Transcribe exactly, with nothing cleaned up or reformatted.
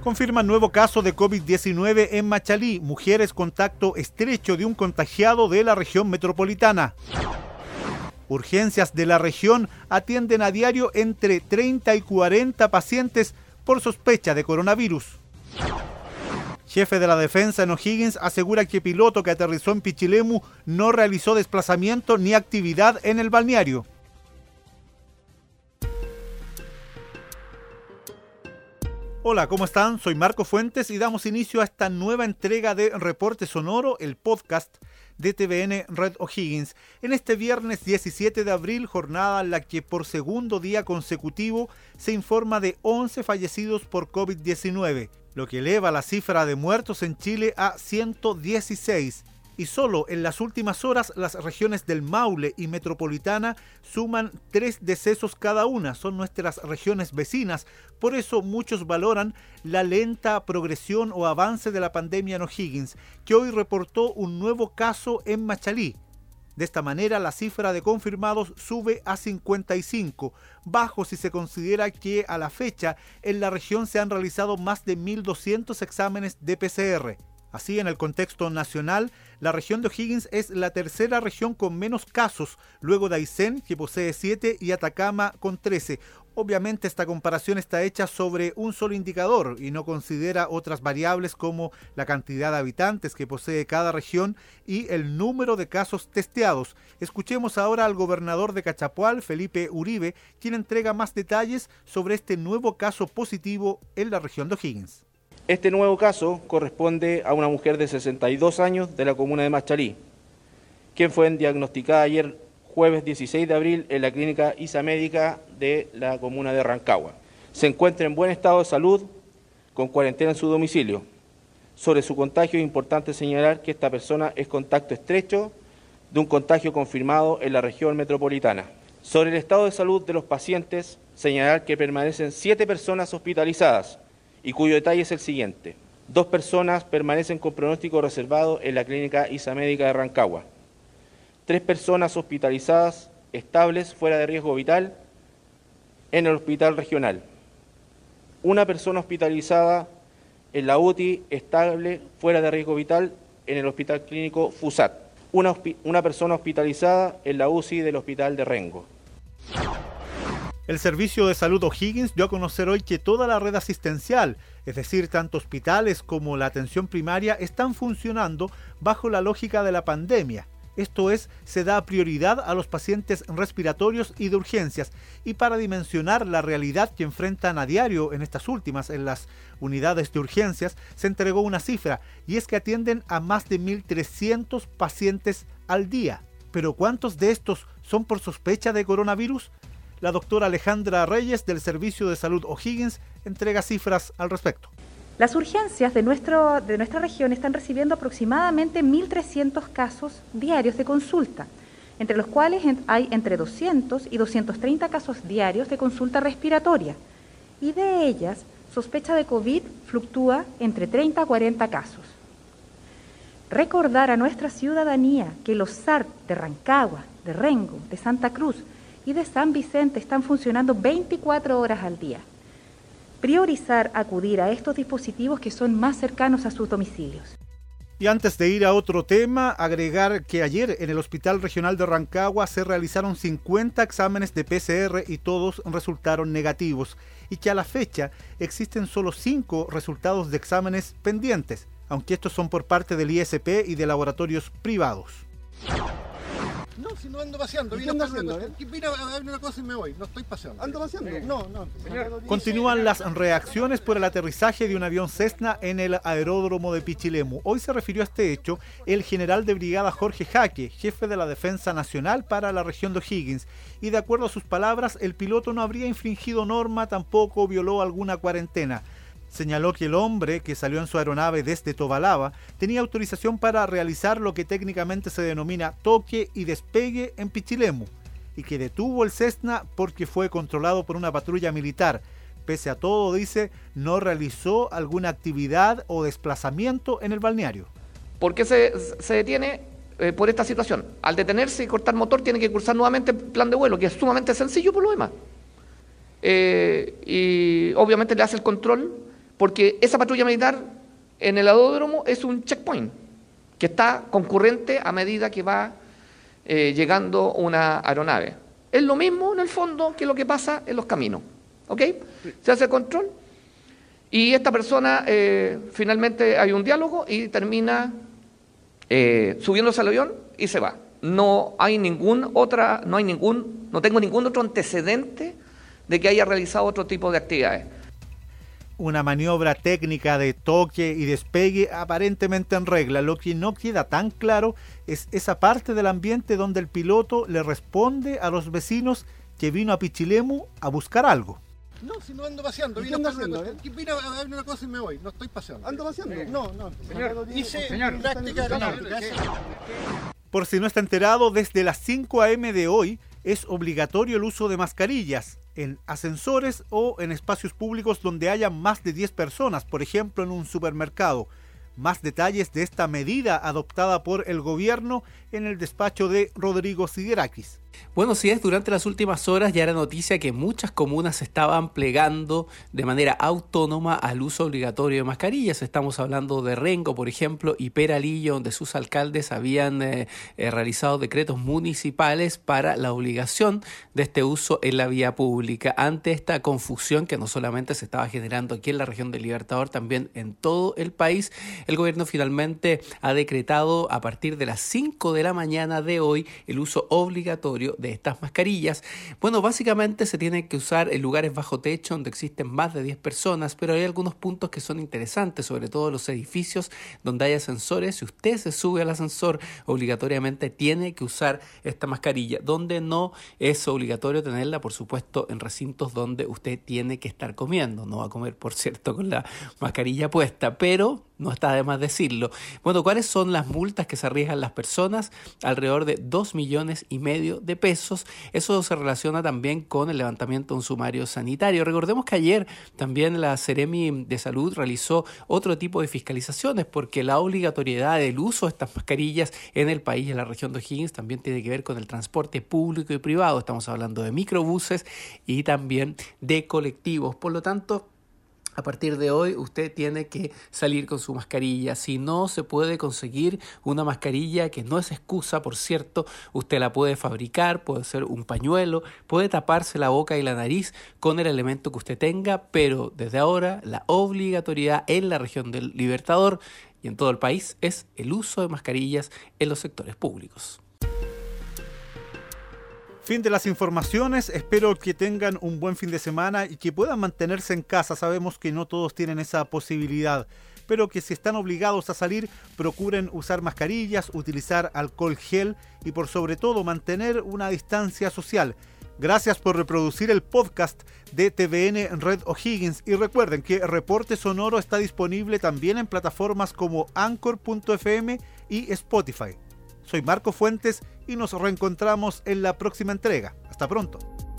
Confirman nuevo caso de COVID diecinueve en Machalí. Mujeres contacto estrecho de un contagiado de la región metropolitana. Urgencias de la región atienden a diario entre treinta y cuarenta pacientes por sospecha de coronavirus. Jefe de la defensa en O'Higgins asegura que piloto que aterrizó en Pichilemu no realizó desplazamiento ni actividad en el balneario. Hola, ¿cómo están? Soy Marco Fuentes y damos inicio a esta nueva entrega de Reporte Sonoro, el podcast de T V N Red O'Higgins. En este viernes diecisiete de abril, jornada en la que por segundo día consecutivo se informa de once fallecidos por COVID diecinueve, lo que eleva la cifra de muertos en Chile a ciento dieciséis. Y solo en las últimas horas las regiones del Maule y Metropolitana suman tres decesos cada una. Son nuestras regiones vecinas. Por eso muchos valoran la lenta progresión o avance de la pandemia en O'Higgins, que hoy reportó un nuevo caso en Machalí. De esta manera la cifra de confirmados sube a cincuenta y cinco, bajo si se considera que a la fecha en la región se han realizado más de mil doscientos exámenes de P C R. Así, en el contexto nacional, la región de O'Higgins es la tercera región con menos casos, luego de Aysén, que posee siete, y Atacama con trece. Obviamente esta comparación está hecha sobre un solo indicador y no considera otras variables como la cantidad de habitantes que posee cada región y el número de casos testeados. Escuchemos ahora al gobernador de Cachapual, Felipe Uribe, quien entrega más detalles sobre este nuevo caso positivo en la región de O'Higgins. Este nuevo caso corresponde a una mujer de sesenta y dos años de la comuna de Machalí, quien fue diagnosticada ayer jueves dieciséis de abril en la clínica ISA Médica de la comuna de Rancagua. Se encuentra en buen estado de salud, con cuarentena en su domicilio. Sobre su contagio es importante señalar que esta persona es contacto estrecho de un contagio confirmado en la región metropolitana. Sobre el estado de salud de los pacientes, señalar que permanecen siete personas hospitalizadas, y cuyo detalle es el siguiente. Dos personas permanecen con pronóstico reservado en la clínica ISA Médica de Rancagua. Tres personas hospitalizadas estables fuera de riesgo vital en el hospital regional. Una persona hospitalizada en la U T I estable fuera de riesgo vital en el hospital clínico FUSAT. Una, una persona hospitalizada en la U C I del hospital de Rengo. El Servicio de Salud O'Higgins dio a conocer hoy que toda la red asistencial, es decir, tanto hospitales como la atención primaria, están funcionando bajo la lógica de la pandemia. Esto es, se da prioridad a los pacientes respiratorios y de urgencias. Y para dimensionar la realidad que enfrentan a diario en estas últimas, en las unidades de urgencias, se entregó una cifra, y es que atienden a más de mil trescientos pacientes al día. ¿Pero cuántos de estos son por sospecha de coronavirus? La doctora Alejandra Reyes del Servicio de Salud O'Higgins entrega cifras al respecto. Las urgencias de, nuestro, de nuestra región están recibiendo aproximadamente mil trescientos casos diarios de consulta, entre los cuales hay entre doscientos y doscientos treinta casos diarios de consulta respiratoria, y de ellas, sospecha de COVID fluctúa entre treinta a cuarenta casos. Recordar a nuestra ciudadanía que los S A R de Rancagua, de Rengo, de Santa Cruz y de San Vicente están funcionando veinticuatro horas al día. Priorizar acudir a estos dispositivos que son más cercanos a sus domicilios. Y antes de ir a otro tema, agregar que ayer en el Hospital Regional de Rancagua se realizaron cincuenta exámenes de P C R y todos resultaron negativos, y que a la fecha existen solo cinco resultados de exámenes pendientes, aunque estos son por parte del I S P y de laboratorios privados. No, si no ando paseando. Vine a haciendo, eh? Vine a ver una cosa y me voy. No estoy paseando. ¿Ando paseando? Eh, no, no. Continúan las reacciones por el aterrizaje de un avión Cessna en el aeródromo de Pichilemu. Hoy se refirió a este hecho el general de brigada Jorge Jaque, jefe de la Defensa Nacional para la región de O'Higgins. Y de acuerdo a sus palabras, el piloto no habría infringido norma, tampoco violó alguna cuarentena. Señaló que el hombre que salió en su aeronave desde Tobalaba tenía autorización para realizar lo que técnicamente se denomina toque y despegue en Pichilemu y que detuvo el Cessna porque fue controlado por una patrulla militar. Pese a todo, dice, no realizó alguna actividad o desplazamiento en el balneario. ¿Por qué se, se detiene? Eh, por esta situación. Al detenerse y cortar motor tiene que cursar nuevamente el plan de vuelo, que es sumamente sencillo por lo demás. Eh, y obviamente le hace el control porque esa patrulla militar en el aeródromo es un checkpoint que está concurrente a medida que va eh, llegando una aeronave. Es lo mismo en el fondo que lo que pasa en los caminos. ¿Ok? Se hace el control y esta persona eh, finalmente hay un diálogo y termina eh, subiéndose al avión y se va. No hay ningún otra, no hay ningún, no tengo ningún otro antecedente de que haya realizado otro tipo de actividades. Una maniobra técnica de toque y despegue aparentemente en regla. Lo que no queda tan claro es esa parte del ambiente donde el piloto le responde a los vecinos que vino a Pichilemu a buscar algo. No, si no ando paseando, vine a haciendo, ¿eh? Vine a ver una cosa y me voy, no estoy paseando. ¿Ando paseando? No, no. Señor, hice señor, práctica aeronáutica. Por si no está enterado, desde las cinco a eme de hoy es obligatorio el uso de mascarillas en ascensores o en espacios públicos donde haya más de diez personas, por ejemplo en un supermercado. Más detalles de esta medida adoptada por el gobierno en el despacho de Rodrigo Siguerakis. Bueno, sí es, durante las últimas horas ya era noticia que muchas comunas se estaban plegando de manera autónoma al uso obligatorio de mascarillas. Estamos hablando de Rengo, por ejemplo, y Peralillo, donde sus alcaldes habían eh, eh, realizado decretos municipales para la obligación de este uso en la vía pública. Ante esta confusión que no solamente se estaba generando aquí en la región del Libertador, también en todo el país, el gobierno finalmente ha decretado a partir de las cinco de la mañana de hoy el uso obligatorio de estas mascarillas. Bueno, básicamente se tienen que usar en lugares bajo techo donde existen más de diez personas, pero hay algunos puntos que son interesantes, sobre todo los edificios donde hay ascensores. Si usted se sube al ascensor, obligatoriamente tiene que usar esta mascarilla. Donde no es obligatorio tenerla, por supuesto, en recintos donde usted tiene que estar comiendo. No va a comer, por cierto, con la mascarilla puesta, pero no está de más decirlo. Bueno, ¿cuáles son las multas que se arriesgan las personas? Alrededor de dos millones y medio de pesos. Eso se relaciona también con el levantamiento de un sumario sanitario. Recordemos que ayer también la Seremi de Salud realizó otro tipo de fiscalizaciones, porque la obligatoriedad del uso de estas mascarillas en el país, en la región de O'Higgins, también tiene que ver con el transporte público y privado. Estamos hablando de microbuses y también de colectivos. Por lo tanto, a partir de hoy usted tiene que salir con su mascarilla. Si no se puede conseguir una mascarilla, que no es excusa, por cierto, usted la puede fabricar, puede ser un pañuelo, puede taparse la boca y la nariz con el elemento que usted tenga, pero desde ahora la obligatoriedad en la región del Libertador y en todo el país es el uso de mascarillas en los sectores públicos. Fin de las informaciones, espero que tengan un buen fin de semana y que puedan mantenerse en casa. Sabemos que no todos tienen esa posibilidad, pero que si están obligados a salir, procuren usar mascarillas, utilizar alcohol gel y por sobre todo mantener una distancia social. Gracias por reproducir el podcast de T V N Red O'Higgins y recuerden que Reporte Sonoro está disponible también en plataformas como Anchor punto efe eme y Spotify. Soy Marco Fuentes y nos reencontramos en la próxima entrega. Hasta pronto.